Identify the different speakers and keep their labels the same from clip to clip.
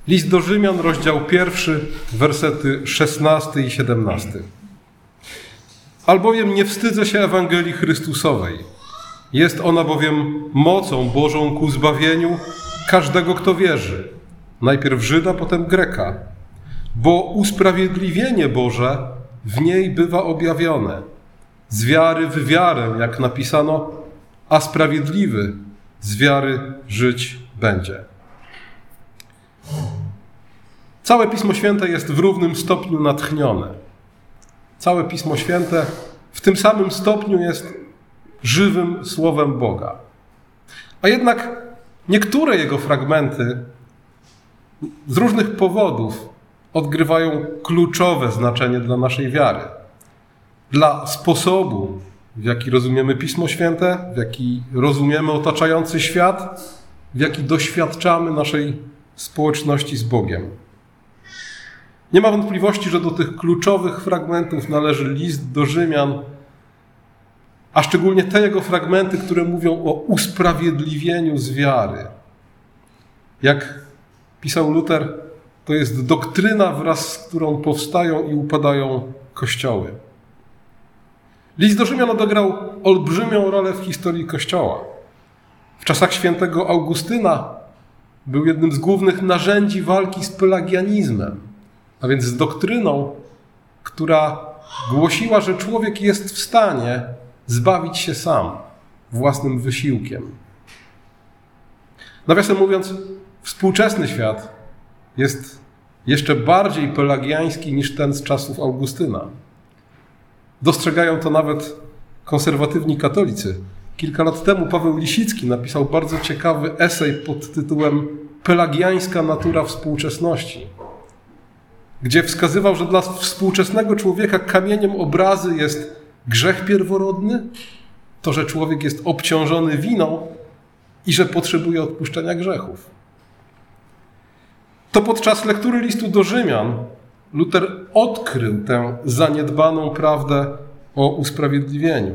Speaker 1: List do Rzymian, rozdział 1, wersety 16 i 17. Albowiem nie wstydzę się Ewangelii Chrystusowej. Jest ona bowiem mocą Bożą ku zbawieniu każdego, kto wierzy. Najpierw Żyda, potem Greka. Bo usprawiedliwienie Boże w niej bywa objawione. Z wiary w wiarę, jak napisano, a sprawiedliwy z wiary żyć będzie. Całe Pismo Święte jest w równym stopniu natchnione. Całe Pismo Święte w tym samym stopniu jest żywym Słowem Boga. A jednak niektóre jego fragmenty z różnych powodów odgrywają kluczowe znaczenie dla naszej wiary. Dla sposobu, w jaki rozumiemy Pismo Święte, w jaki rozumiemy otaczający świat, w jaki doświadczamy naszej społeczności z Bogiem. Nie ma wątpliwości, że do tych kluczowych fragmentów należy list do Rzymian, a szczególnie te jego fragmenty, które mówią o usprawiedliwieniu z wiary. Jak pisał Luter, to jest doktryna, wraz z którą powstają i upadają kościoły. List do Rzymian odegrał olbrzymią rolę w historii Kościoła. W czasach świętego Augustyna był jednym z głównych narzędzi walki z pelagianizmem, a więc z doktryną, która głosiła, że człowiek jest w stanie zbawić się sam własnym wysiłkiem. Nawiasem mówiąc, współczesny świat jest jeszcze bardziej pelagiański niż ten z czasów Augustyna. Dostrzegają to nawet konserwatywni katolicy. Kilka lat temu Paweł Lisicki napisał bardzo ciekawy esej pod tytułem Pelagiańska natura współczesności, gdzie wskazywał, że dla współczesnego człowieka kamieniem obrazy jest grzech pierworodny, to, że człowiek jest obciążony winą i że potrzebuje odpuszczenia grzechów. To podczas lektury listu do Rzymian Luter odkrył tę zaniedbaną prawdę o usprawiedliwieniu.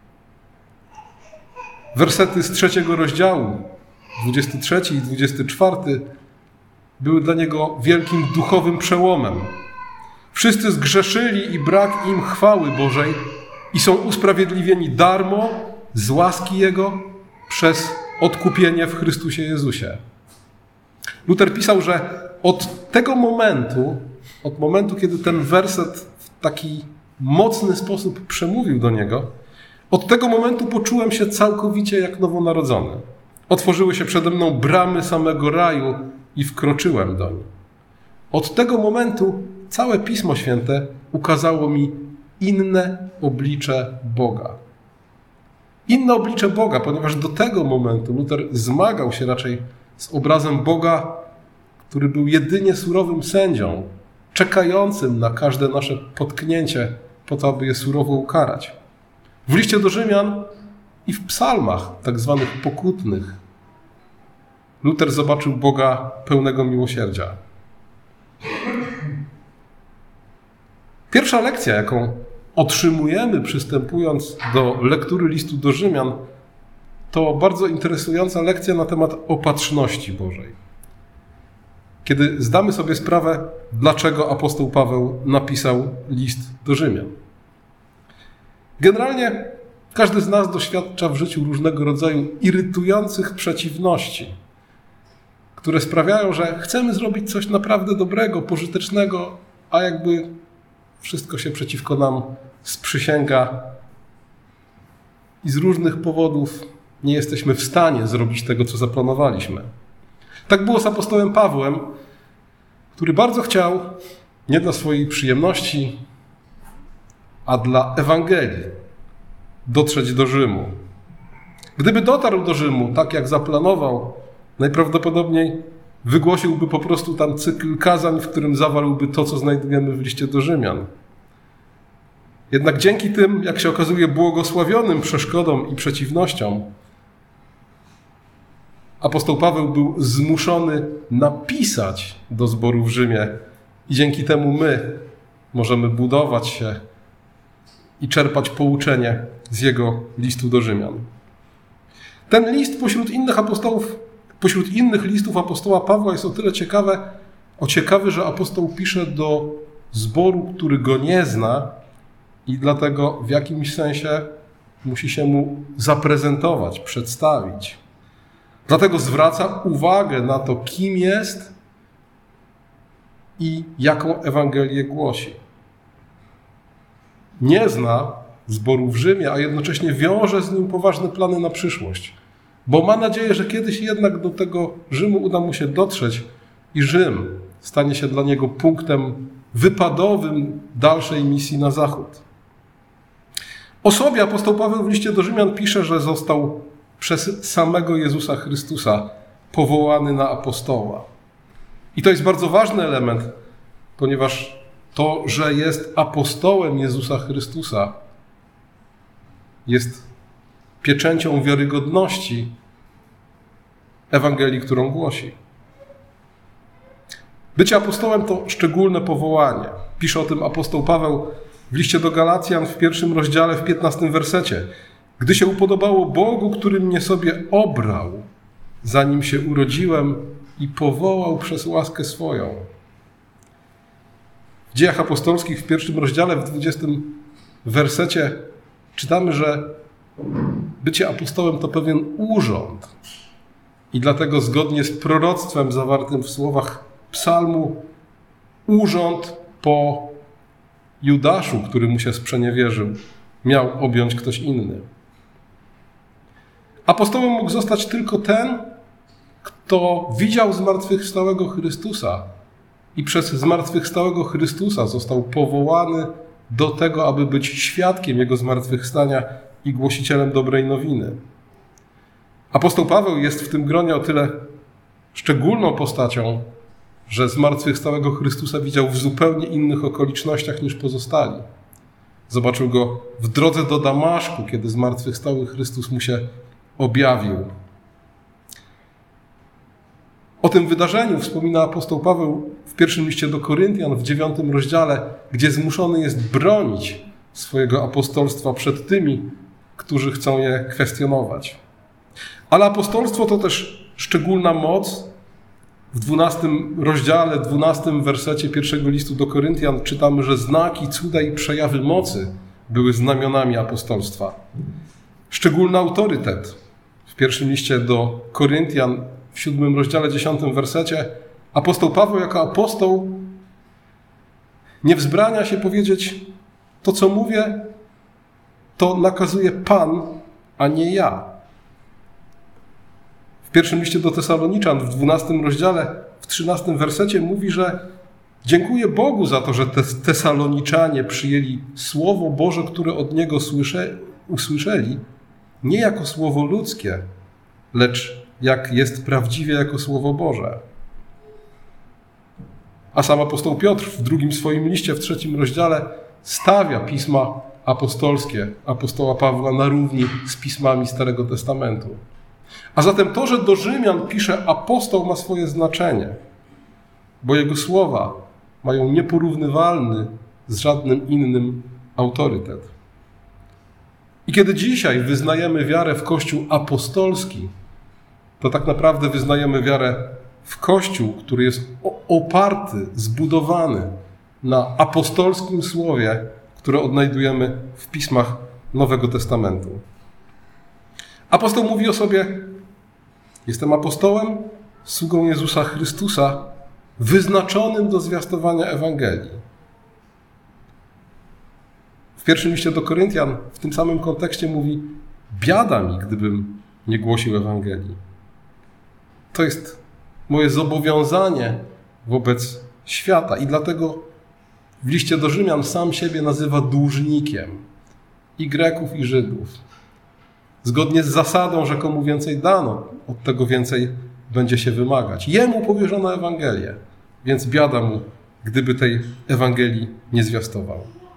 Speaker 1: Wersety z 3 rozdziału, 23 i 24, były dla niego wielkim duchowym przełomem. Wszyscy zgrzeszyli i brak im chwały Bożej i są usprawiedliwieni darmo z łaski Jego przez odkupienie w Chrystusie Jezusie. Luter pisał, że od tego momentu, kiedy ten werset w taki mocny sposób przemówił do niego, od tego momentu poczułem się całkowicie jak nowonarodzony. Otworzyły się przede mną bramy samego raju i wkroczyłem doń. Od tego momentu całe Pismo Święte ukazało mi inne oblicze Boga. Inne oblicze Boga, ponieważ do tego momentu Luter zmagał się raczej z obrazem Boga, który był jedynie surowym sędzią, czekającym na każde nasze potknięcie po to, aby je surowo ukarać. W liście do Rzymian i w psalmach, tak zwanych pokutnych, Luter zobaczył Boga pełnego miłosierdzia. Pierwsza lekcja, jaką otrzymujemy przystępując do lektury listu do Rzymian, to bardzo interesująca lekcja na temat opatrzności Bożej. Kiedy zdamy sobie sprawę, dlaczego apostoł Paweł napisał list do Rzymian. Generalnie każdy z nas doświadcza w życiu różnego rodzaju irytujących przeciwności, które sprawiają, że chcemy zrobić coś naprawdę dobrego, pożytecznego, a jakby wszystko się przeciwko nam sprzysięga i z różnych powodów nie jesteśmy w stanie zrobić tego, co zaplanowaliśmy. Tak było z apostołem Pawłem, który bardzo chciał, nie dla swojej przyjemności, a dla Ewangelii, dotrzeć do Rzymu. Gdyby dotarł do Rzymu, tak jak zaplanował, najprawdopodobniej wygłosiłby po prostu tam cykl kazań, w którym zawarłby to, co znajdujemy w liście do Rzymian. Jednak dzięki tym, jak się okazuje, błogosławionym przeszkodom i przeciwnościom, apostoł Paweł był zmuszony napisać do zboru w Rzymie i dzięki temu my możemy budować się i czerpać pouczenie z jego listu do Rzymian. Ten list pośród innych listów apostoła Pawła jest o tyle ciekawy, O ciekawe, że apostoł pisze do zboru, który go nie zna i dlatego w jakimś sensie musi się mu zaprezentować, przedstawić. Dlatego zwraca uwagę na to, kim jest i jaką Ewangelię głosi. Nie zna zboru w Rzymie, a jednocześnie wiąże z nim poważne plany na przyszłość. Bo ma nadzieję, że kiedyś jednak do tego Rzymu uda mu się dotrzeć i Rzym stanie się dla niego punktem wypadowym dalszej misji na zachód. O sobie apostoł Paweł w liście do Rzymian pisze, że został przez samego Jezusa Chrystusa powołany na apostoła. I to jest bardzo ważny element, ponieważ to, że jest apostołem Jezusa Chrystusa, jest pieczęcią wiarygodności Ewangelii, którą głosi. Bycie apostołem to szczególne powołanie. Pisze o tym apostoł Paweł w liście do Galacjan w 1 rozdziale, w 15 wersecie. Gdy się upodobało Bogu, który mnie sobie obrał, zanim się urodziłem i powołał przez łaskę swoją. W Dziejach Apostolskich w 1 rozdziale, w 20 wersecie czytamy, że bycie apostołem to pewien urząd. I dlatego zgodnie z proroctwem zawartym w słowach psalmu, urząd po Judaszu, który mu się sprzeniewierzył, miał objąć ktoś inny. Apostołem mógł zostać tylko ten, kto widział zmartwychwstałego Chrystusa i przez zmartwychwstałego Chrystusa został powołany do tego, aby być świadkiem Jego zmartwychwstania i głosicielem dobrej nowiny. Apostoł Paweł jest w tym gronie o tyle szczególną postacią, że zmartwychwstałego Chrystusa widział w zupełnie innych okolicznościach niż pozostali. Zobaczył go w drodze do Damaszku, kiedy zmartwychwstały Chrystus mu się objawił. O tym wydarzeniu wspomina apostoł Paweł w pierwszym liście do Koryntian, w 9 rozdziale, gdzie zmuszony jest bronić swojego apostolstwa przed tymi, którzy chcą je kwestionować. Ale apostolstwo to też szczególna moc. W 12 rozdziale, 12 wersecie pierwszego listu do Koryntian czytamy, że znaki, cuda i przejawy mocy były znamionami apostolstwa. Szczególny autorytet. W pierwszym liście do Koryntian, w 7 rozdziale, 10 wersecie, apostoł Paweł jako apostoł nie wzbrania się powiedzieć: to, co mówię, to nakazuje Pan, a nie ja. W pierwszym liście do Tesaloniczan, w 12 rozdziale, w 13 wersecie mówi, że dziękuję Bogu za to, że Tesaloniczanie przyjęli Słowo Boże, które od Niego usłyszeli, nie jako słowo ludzkie, lecz jak jest prawdziwie jako Słowo Boże. A sam apostoł Piotr w drugim swoim liście, w 3 rozdziale, stawia pisma apostolskie apostoła Pawła na równi z pismami Starego Testamentu. A zatem to, że do Rzymian pisze apostoł, ma swoje znaczenie, bo jego słowa mają nieporównywalny z żadnym innym autorytet. I kiedy dzisiaj wyznajemy wiarę w Kościół apostolski, to tak naprawdę wyznajemy wiarę w Kościół, który jest oparty, zbudowany na apostolskim słowie, które odnajdujemy w pismach Nowego Testamentu. Apostoł mówi o sobie: jestem apostołem, sługą Jezusa Chrystusa, wyznaczonym do zwiastowania Ewangelii. W pierwszym liście do Koryntian w tym samym kontekście mówi: biada mi, gdybym nie głosił Ewangelii. To jest moje zobowiązanie wobec świata i dlatego w liście do Rzymian sam siebie nazywa dłużnikiem i Greków, i Żydów. Zgodnie z zasadą, że komu więcej dano, od tego więcej będzie się wymagać. Jemu powierzono Ewangelię, więc biada mu, gdyby tej Ewangelii nie zwiastował.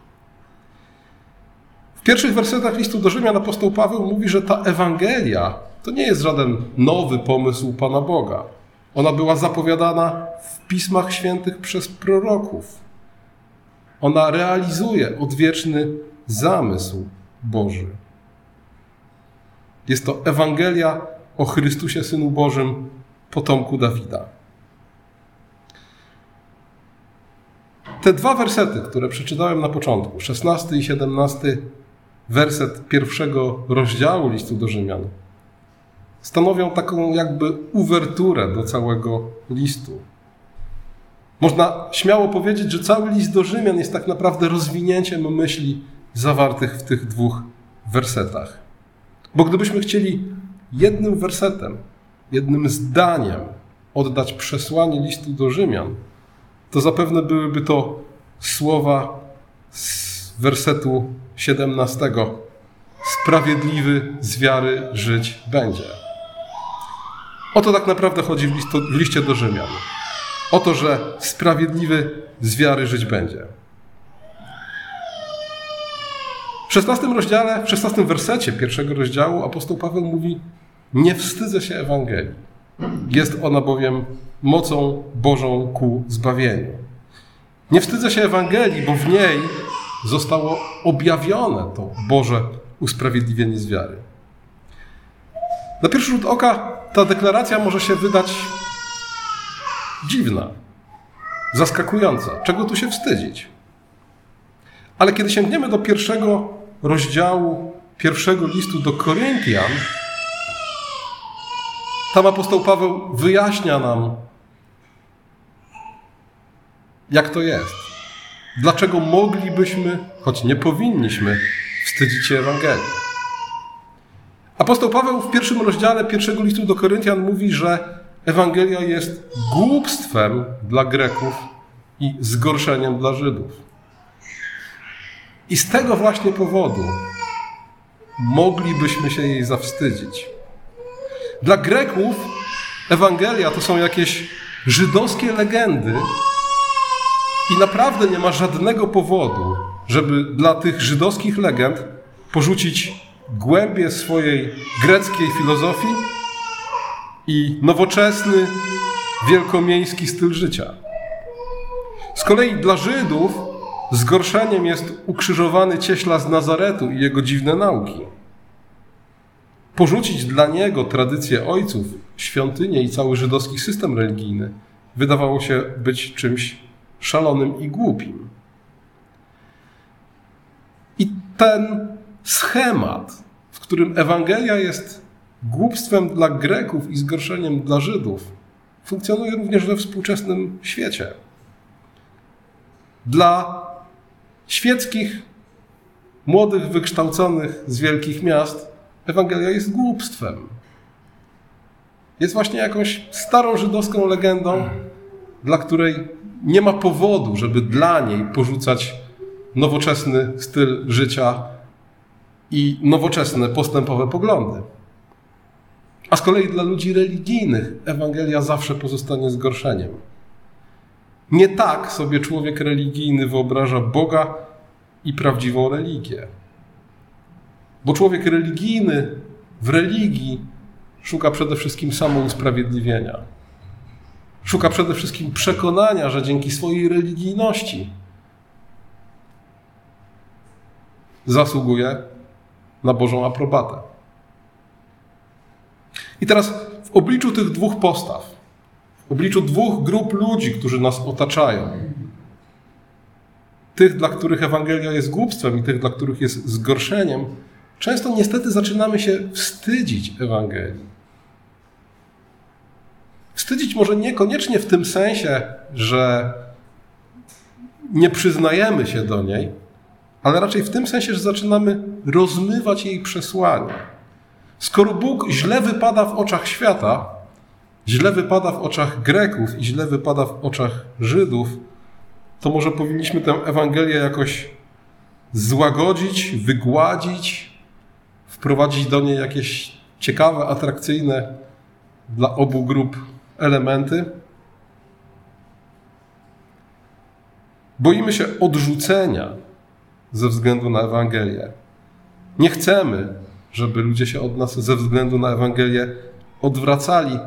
Speaker 1: W pierwszych wersetach listu do Rzymian apostoł Paweł mówi, że ta Ewangelia to nie jest żaden nowy pomysł Pana Boga. Ona była zapowiadana w Pismach Świętych przez proroków. Ona realizuje odwieczny zamysł Boży. Jest to Ewangelia o Chrystusie, Synu Bożym, potomku Dawida. te dwa wersety, które przeczytałem na początku, 16 i 17 werset pierwszego rozdziału listu do Rzymian, stanowią taką jakby uwerturę do całego listu. Można śmiało powiedzieć, że cały list do Rzymian jest tak naprawdę rozwinięciem myśli zawartych w tych dwóch wersetach. Bo gdybyśmy chcieli jednym wersetem, jednym zdaniem oddać przesłanie listu do Rzymian, to zapewne byłyby to słowa z wersetu 17. Sprawiedliwy z wiary żyć będzie. O to tak naprawdę chodzi w liście do Rzymian. O to, że sprawiedliwy z wiary żyć będzie. W 16 wersecie pierwszego rozdziału apostoł Paweł mówi: nie wstydzę się Ewangelii. Jest ona bowiem mocą Bożą ku zbawieniu. Nie wstydzę się Ewangelii, bo w niej zostało objawione to Boże usprawiedliwienie z wiary. Na pierwszy rzut oka ta deklaracja może się wydać dziwna, zaskakująca. Czego tu się wstydzić? Ale kiedy sięgniemy do pierwszego rozdziału pierwszego listu do Koryntian, tam apostoł Paweł wyjaśnia nam, jak to jest. Dlaczego moglibyśmy, choć nie powinniśmy, wstydzić się Ewangelii. Apostoł Paweł w pierwszym rozdziale pierwszego listu do Koryntian mówi, że Ewangelia jest głupstwem dla Greków i zgorszeniem dla Żydów. I z tego właśnie powodu moglibyśmy się jej zawstydzić. Dla Greków Ewangelia to są jakieś żydowskie legendy i naprawdę nie ma żadnego powodu, żeby dla tych żydowskich legend porzucić głębie swojej greckiej filozofii i nowoczesny, wielkomiejski styl życia. Z kolei dla Żydów zgorszeniem jest ukrzyżowany cieśla z Nazaretu i jego dziwne nauki. Porzucić dla niego tradycję ojców, świątynię i cały żydowski system religijny wydawało się być czymś szalonym i głupim. I ten schemat, w którym Ewangelia jest głupstwem dla Greków i zgorszeniem dla Żydów, funkcjonuje również we współczesnym świecie. Dla świeckich, młodych, wykształconych z wielkich miast Ewangelia jest głupstwem. Jest właśnie jakąś starą żydowską legendą, dla której nie ma powodu, żeby dla niej porzucać nowoczesny styl życia i nowoczesne, postępowe poglądy. A z kolei dla ludzi religijnych Ewangelia zawsze pozostanie zgorszeniem. Nie tak sobie człowiek religijny wyobraża Boga i prawdziwą religię. Bo człowiek religijny w religii szuka przede wszystkim samousprawiedliwienia. Szuka przede wszystkim przekonania, że dzięki swojej religijności zasługuje na Bożą aprobatę. I teraz w obliczu tych dwóch postaw, w obliczu dwóch grup ludzi, którzy nas otaczają, tych, dla których Ewangelia jest głupstwem i tych, dla których jest zgorszeniem, często niestety zaczynamy się wstydzić Ewangelii. Wstydzić może niekoniecznie w tym sensie, że nie przyznajemy się do niej, ale raczej w tym sensie, że zaczynamy rozmywać jej przesłanie. Skoro Bóg źle wypada w oczach świata, źle wypada w oczach Greków i źle wypada w oczach Żydów, to może powinniśmy tę Ewangelię jakoś złagodzić, wygładzić, wprowadzić do niej jakieś ciekawe, atrakcyjne dla obu grup elementy. Boimy się odrzucenia ze względu na Ewangelię. Nie chcemy, żeby ludzie się od nas ze względu na Ewangelię odwracali.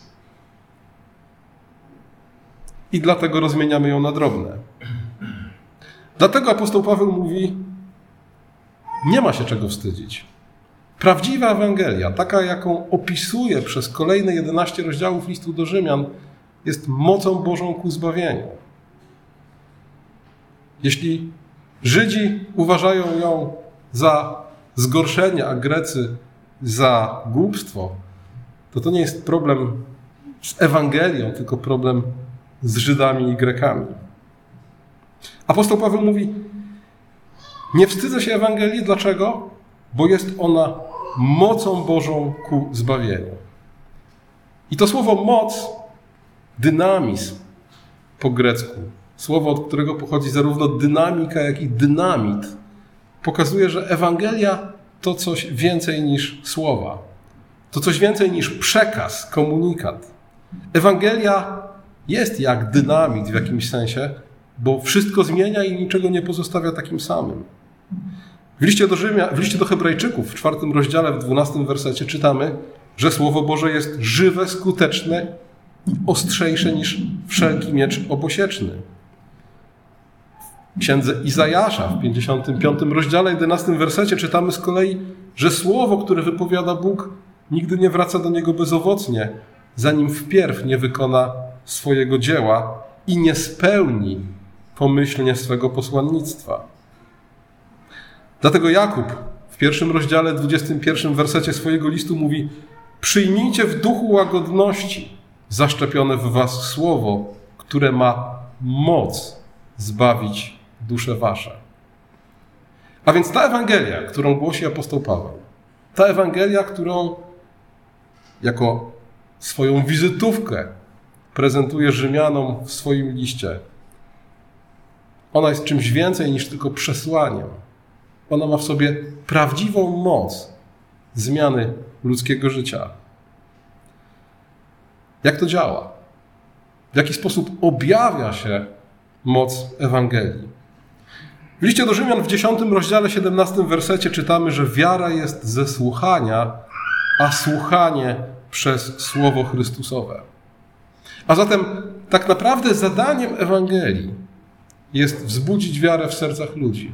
Speaker 1: I dlatego rozmieniamy ją na drobne. Dlatego apostoł Paweł mówi, nie ma się czego wstydzić. Prawdziwa Ewangelia, taka jaką opisuje przez kolejne 11 rozdziałów listu do Rzymian, jest mocą Bożą ku zbawieniu. Jeśli Żydzi uważają ją za zgorszenie, a Grecy za głupstwo, to nie jest problem z Ewangelią, tylko problem z Żydami i Grekami. Apostoł Paweł mówi: nie wstydzę się Ewangelii. Dlaczego? Bo jest ona mocą Bożą ku zbawieniu. I to słowo moc, dynamizm po grecku, słowo, od którego pochodzi zarówno dynamika, jak i dynamit, pokazuje, że Ewangelia to coś więcej niż słowa. To coś więcej niż przekaz, komunikat. Ewangelia jest jak dynamit w jakimś sensie, bo wszystko zmienia i niczego nie pozostawia takim samym. W liście do Hebrajczyków w 4 rozdziale, w 12 wersecie czytamy, że Słowo Boże jest żywe, skuteczne i ostrzejsze niż wszelki miecz obosieczny. W księdze Izajasza w 55 rozdziale, 11 wersecie czytamy z kolei, że słowo, które wypowiada Bóg, nigdy nie wraca do Niego bezowocnie, zanim wpierw nie wykona swojego dzieła i nie spełni pomyślnie swego posłannictwa. Dlatego Jakub w 1 rozdziale, 21 wersecie swojego listu mówi: przyjmijcie w duchu łagodności zaszczepione w was słowo, które ma moc zbawić dusze wasze. A więc ta Ewangelia, którą głosi apostoł Paweł, ta Ewangelia, którą jako swoją wizytówkę prezentuje Rzymianom w swoim liście, ona jest czymś więcej niż tylko przesłaniem. Ona ma w sobie prawdziwą moc zmiany ludzkiego życia. Jak to działa? W jaki sposób objawia się moc Ewangelii? W liście do Rzymian w 10 rozdziale, 17 wersecie czytamy, że wiara jest ze słuchania, a słuchanie przez Słowo Chrystusowe. A zatem tak naprawdę zadaniem Ewangelii jest wzbudzić wiarę w sercach ludzi.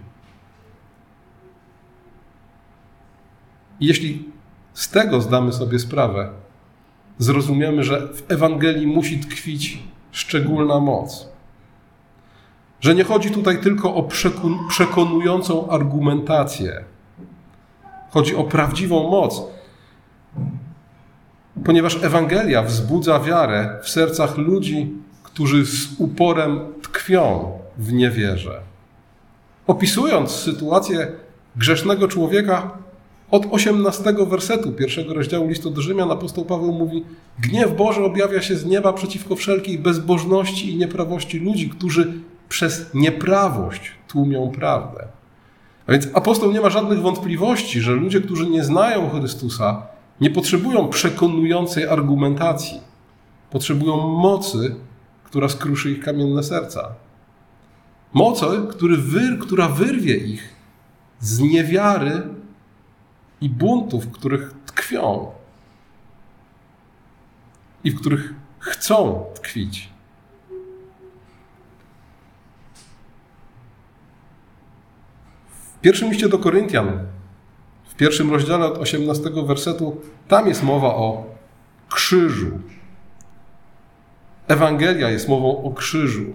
Speaker 1: I jeśli z tego zdamy sobie sprawę, zrozumiemy, że w Ewangelii musi tkwić szczególna moc. Że nie chodzi tutaj tylko o przekonującą argumentację. Chodzi o prawdziwą moc. Ponieważ Ewangelia wzbudza wiarę w sercach ludzi, którzy z uporem tkwią w niewierze. Opisując sytuację grzesznego człowieka, od 18 wersetu 1 rozdziału listu do Rzymian apostoł Paweł mówi: gniew Boży objawia się z nieba przeciwko wszelkiej bezbożności i nieprawości ludzi, którzy przez nieprawość tłumią prawdę. A więc apostoł nie ma żadnych wątpliwości, że ludzie, którzy nie znają Chrystusa, nie potrzebują przekonującej argumentacji. Potrzebują mocy, która skruszy ich kamienne serca. Mocy, która wyrwie ich z niewiary i buntów, w których tkwią i w których chcą tkwić. W pierwszym liście do Koryntian, w 1 rozdziale od 18 wersetu, tam jest mowa o krzyżu. Ewangelia jest mową o krzyżu.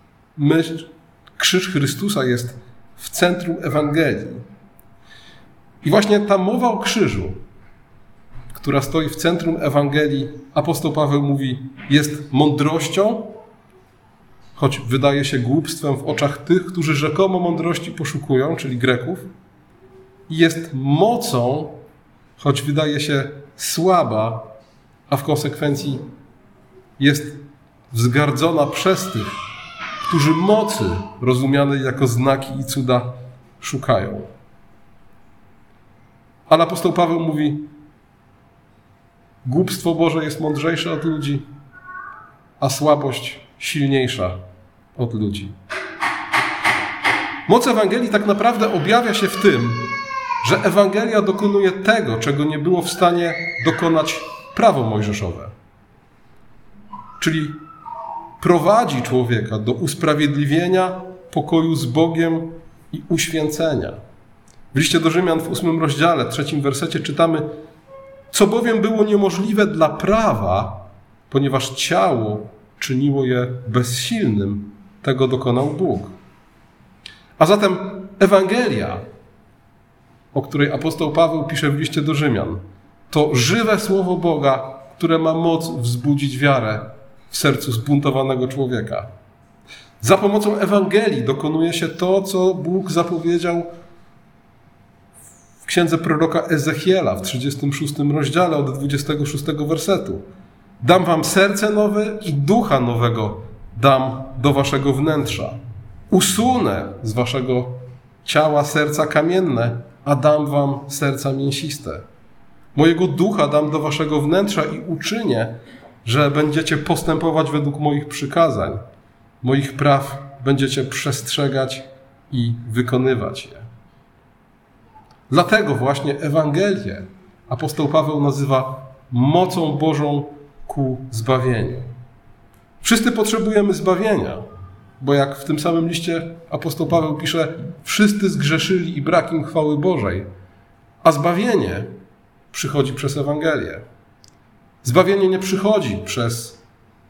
Speaker 1: Krzyż Chrystusa jest w centrum Ewangelii. I właśnie ta mowa o krzyżu, która stoi w centrum Ewangelii, apostoł Paweł mówi, jest mądrością, choć wydaje się głupstwem w oczach tych, którzy rzekomo mądrości poszukują, czyli Greków, i jest mocą, choć wydaje się słaba, a w konsekwencji jest wzgardzona przez tych, którzy mocy rozumianej jako znaki i cuda szukają. Ale apostoł Paweł mówi, głupstwo Boże jest mądrzejsze od ludzi, a słabość silniejsza od ludzi. Moc Ewangelii tak naprawdę objawia się w tym, że Ewangelia dokonuje tego, czego nie było w stanie dokonać prawo mojżeszowe. Czyli prowadzi człowieka do usprawiedliwienia, pokoju z Bogiem i uświęcenia. W liście do Rzymian w 8 rozdziale, 3 wersecie czytamy, co bowiem było niemożliwe dla prawa, ponieważ ciało czyniło je bezsilnym, tego dokonał Bóg. A zatem Ewangelia, o której apostoł Paweł pisze w liście do Rzymian, to żywe słowo Boga, które ma moc wzbudzić wiarę w sercu zbuntowanego człowieka. Za pomocą Ewangelii dokonuje się to, co Bóg zapowiedział w księdze proroka Ezechiela w 36 rozdziale od 26 wersetu. Dam wam serce nowe i ducha nowego dam do waszego wnętrza. Usunę z waszego ciała serca kamienne, a dam wam serca mięsiste. Mojego ducha dam do waszego wnętrza i uczynię, że będziecie postępować według moich przykazań. Moich praw będziecie przestrzegać i wykonywać je. Dlatego właśnie Ewangelię apostoł Paweł nazywa mocą Bożą ku zbawieniu. Wszyscy potrzebujemy zbawienia, bo jak w tym samym liście apostoł Paweł pisze, wszyscy zgrzeszyli i brak im chwały Bożej, a zbawienie przychodzi przez Ewangelię. Zbawienie nie przychodzi przez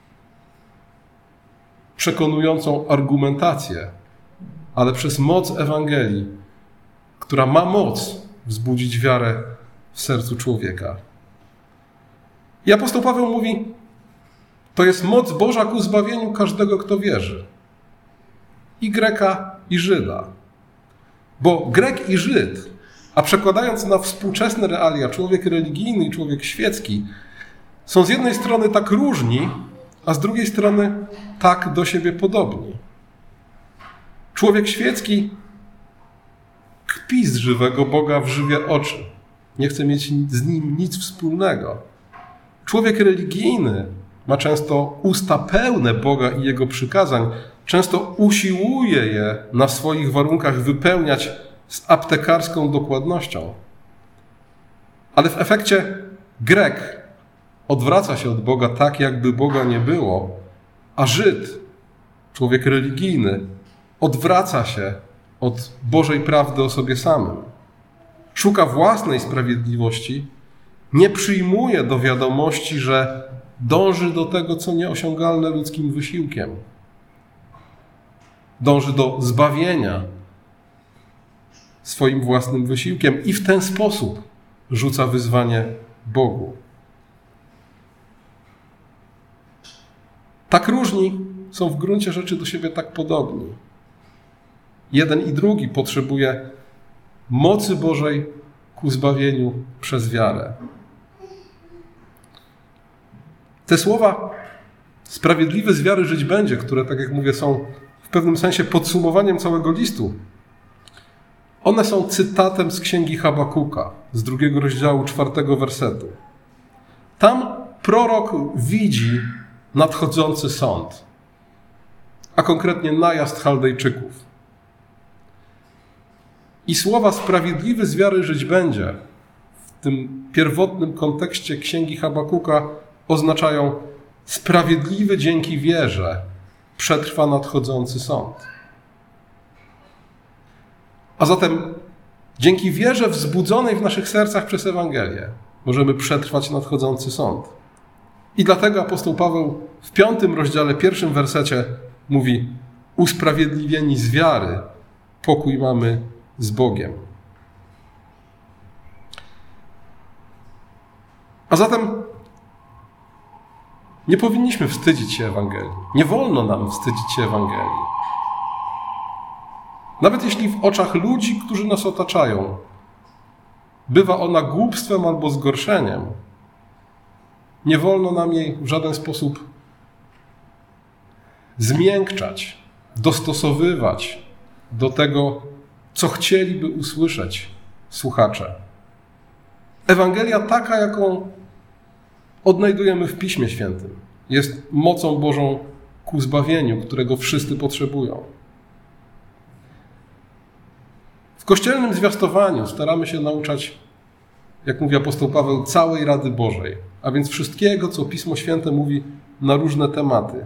Speaker 1: przekonującą argumentację, ale przez moc Ewangelii, która ma moc wzbudzić wiarę w sercu człowieka. I apostoł Paweł mówi, to jest moc Boża ku zbawieniu każdego, kto wierzy. I Greka, i Żyda. Bo Grek i Żyd, a przekładając na współczesne realia, człowiek religijny i człowiek świecki, są z jednej strony tak różni, a z drugiej strony tak do siebie podobni. Człowiek świecki kpi z żywego Boga w żywe oczy. Nie chce mieć z nim nic wspólnego. Człowiek religijny ma często usta pełne Boga i Jego przykazań, często usiłuje je na swoich warunkach wypełniać z aptekarską dokładnością. Ale w efekcie Grek odwraca się od Boga tak, jakby Boga nie było, a Żyd, człowiek religijny, odwraca się od Bożej prawdy o sobie samym. Szuka własnej sprawiedliwości, nie przyjmuje do wiadomości, że dąży do tego, co nieosiągalne ludzkim wysiłkiem. Dąży do zbawienia swoim własnym wysiłkiem i w ten sposób rzuca wyzwanie Bogu. Tak różni są w gruncie rzeczy do siebie tak podobni. Jeden i drugi potrzebuje mocy Bożej ku zbawieniu przez wiarę. Te słowa sprawiedliwy z wiary żyć będzie, które, tak jak mówię, są w pewnym sensie podsumowaniem całego listu. One są cytatem z księgi Habakuka, z 2 rozdziału 4 wersetu. Tam prorok widzi nadchodzący sąd, a konkretnie najazd Chaldejczyków. I słowa sprawiedliwy z wiary żyć będzie w tym pierwotnym kontekście księgi Habakuka oznaczają sprawiedliwy dzięki wierze przetrwa nadchodzący sąd. A zatem dzięki wierze wzbudzonej w naszych sercach przez Ewangelię możemy przetrwać nadchodzący sąd. I dlatego apostoł Paweł w 5 rozdziale, 1 wersecie mówi: usprawiedliwieni z wiary, pokój mamy z Bogiem. A zatem nie powinniśmy wstydzić się Ewangelii. Nie wolno nam wstydzić się Ewangelii. Nawet jeśli w oczach ludzi, którzy nas otaczają, bywa ona głupstwem albo zgorszeniem, nie wolno nam jej w żaden sposób zmiękczać, dostosowywać do tego, co chcieliby usłyszeć słuchacze. Ewangelia taka, jaką odnajdujemy w Piśmie Świętym, jest mocą Bożą ku zbawieniu, którego wszyscy potrzebują. W kościelnym zwiastowaniu staramy się nauczać, jak mówi apostoł Paweł, całej Rady Bożej, a więc wszystkiego, co Pismo Święte mówi na różne tematy.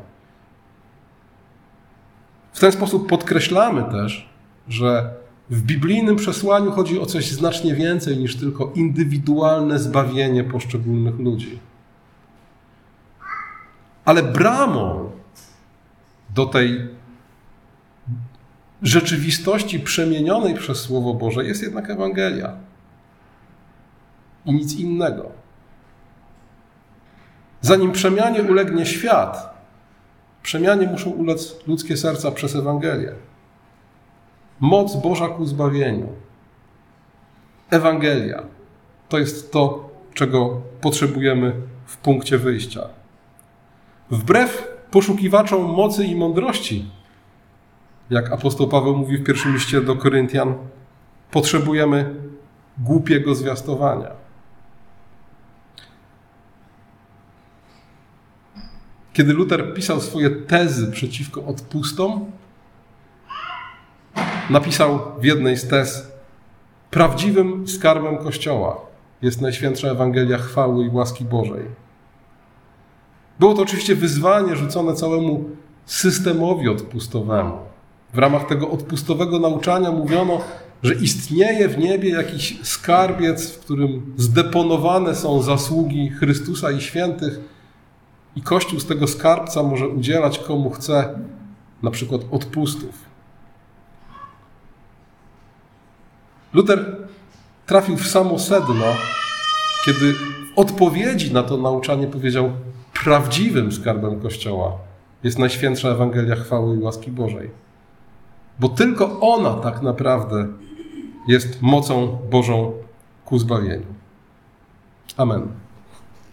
Speaker 1: W ten sposób podkreślamy też, że w biblijnym przesłaniu chodzi o coś znacznie więcej niż tylko indywidualne zbawienie poszczególnych ludzi. Ale bramą do tej rzeczywistości przemienionej przez Słowo Boże jest jednak Ewangelia. I nic innego. Zanim przemianie ulegnie świat, przemianie muszą ulec ludzkie serca przez Ewangelię. Moc Boża ku zbawieniu. Ewangelia to jest to, czego potrzebujemy w punkcie wyjścia. Wbrew poszukiwaczom mocy i mądrości, jak apostoł Paweł mówi w pierwszym liście do Koryntian, potrzebujemy głupiego zwiastowania. Kiedy Luter pisał swoje tezy przeciwko odpustom, napisał w jednej z tez: prawdziwym skarbem Kościoła jest Najświętsza Ewangelia chwały i łaski Bożej. Było to oczywiście wyzwanie rzucone całemu systemowi odpustowemu. W ramach tego odpustowego nauczania mówiono, że istnieje w niebie jakiś skarbiec, w którym zdeponowane są zasługi Chrystusa i świętych i Kościół z tego skarbca może udzielać komu chce, na przykład odpustów. Luter trafił w samo sedno, kiedy w odpowiedzi na to nauczanie powiedział: prawdziwym skarbem Kościoła jest Najświętsza Ewangelia chwały i łaski Bożej. Bo tylko ona tak naprawdę jest mocą Bożą ku zbawieniu. Amen.